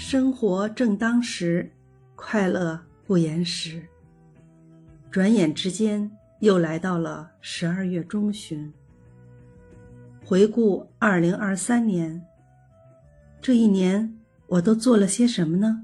生活正当时，快乐不言时。转眼之间又来到了12月中旬。回顾2023年，这一年我都做了些什么呢？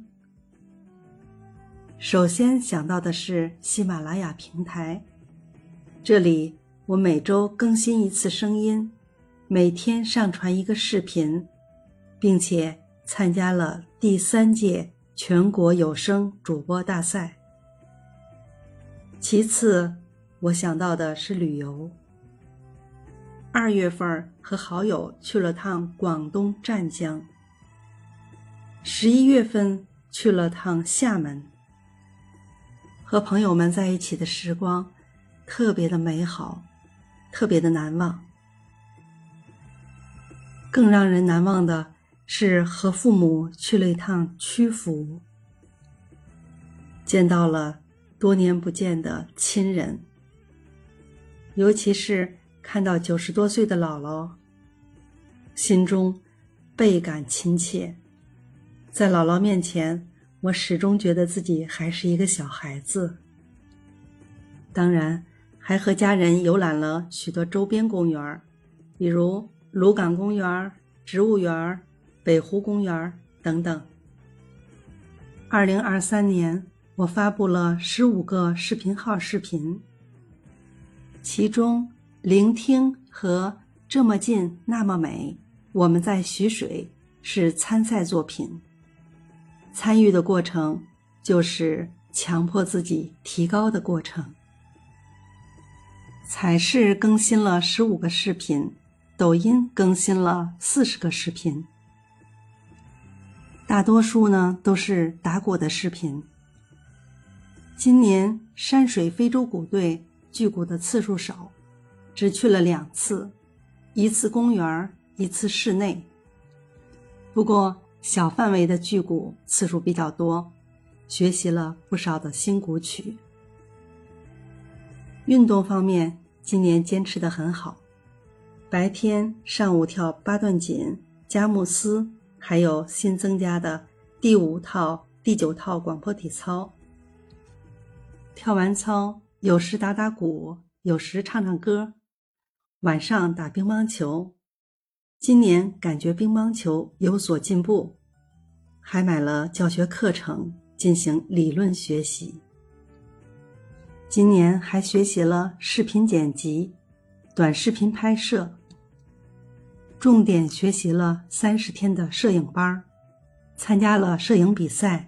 首先想到的是喜马拉雅平台，这里我每周更新一次声音，每天上传一个视频，并且参加了第3届全国有声主播大赛。其次，我想到的是旅游。2月份和好友去了趟广东湛江，11月份去了趟厦门。和朋友们在一起的时光特别的美好，特别的难忘。更让人难忘的是和父母去了一趟曲阜，见到了多年不见的亲人，尤其是看到90多岁的姥姥，心中倍感亲切。在姥姥面前，我始终觉得自己还是一个小孩子。当然，还和家人游览了许多周边公园，比如鲁港公园、植物园、北湖公园等等。2023年，我发布了15个视频号视频，其中聆听和这么近那么美，我们在徐水是参赛作品。参与的过程就是强迫自己提高的过程。彩视更新了15个视频，抖音更新了40个视频，大多数呢都是打鼓的视频。今年山水非洲鼓队聚鼓的次数少，只去了2次，一次公园，一次室内。不过小范围的聚鼓次数比较多，学习了不少的新鼓曲。运动方面，今年坚持得很好，白天上午跳8段锦、佳木斯，还有新增加的第5套、第9套广播体操。跳完操，有时打打鼓，有时唱唱歌，晚上打乒乓球。今年感觉乒乓球有所进步，还买了教学课程进行理论学习。今年还学习了视频剪辑、短视频拍摄，重点学习了30天的摄影班，参加了摄影比赛。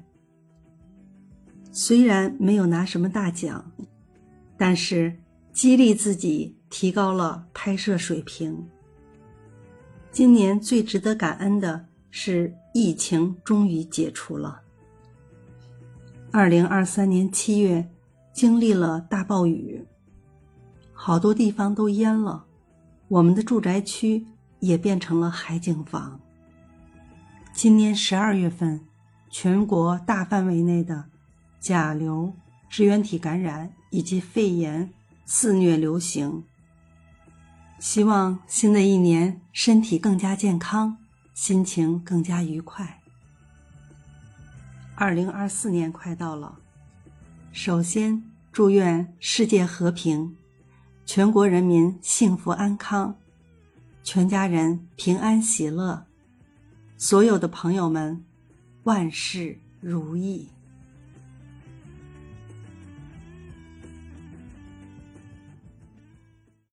虽然没有拿什么大奖，但是激励自己提高了拍摄水平。今年最值得感恩的是疫情终于解除了。2023年7月经历了大暴雨，好多地方都淹了，我们的住宅区也变成了海景房。今年12月份，全国大范围内的甲流、支原体感染以及肺炎肆虐流行。希望新的一年身体更加健康，心情更加愉快。2024年快到了，首先祝愿世界和平，全国人民幸福安康，全家人平安喜乐，所有的朋友们万事如意。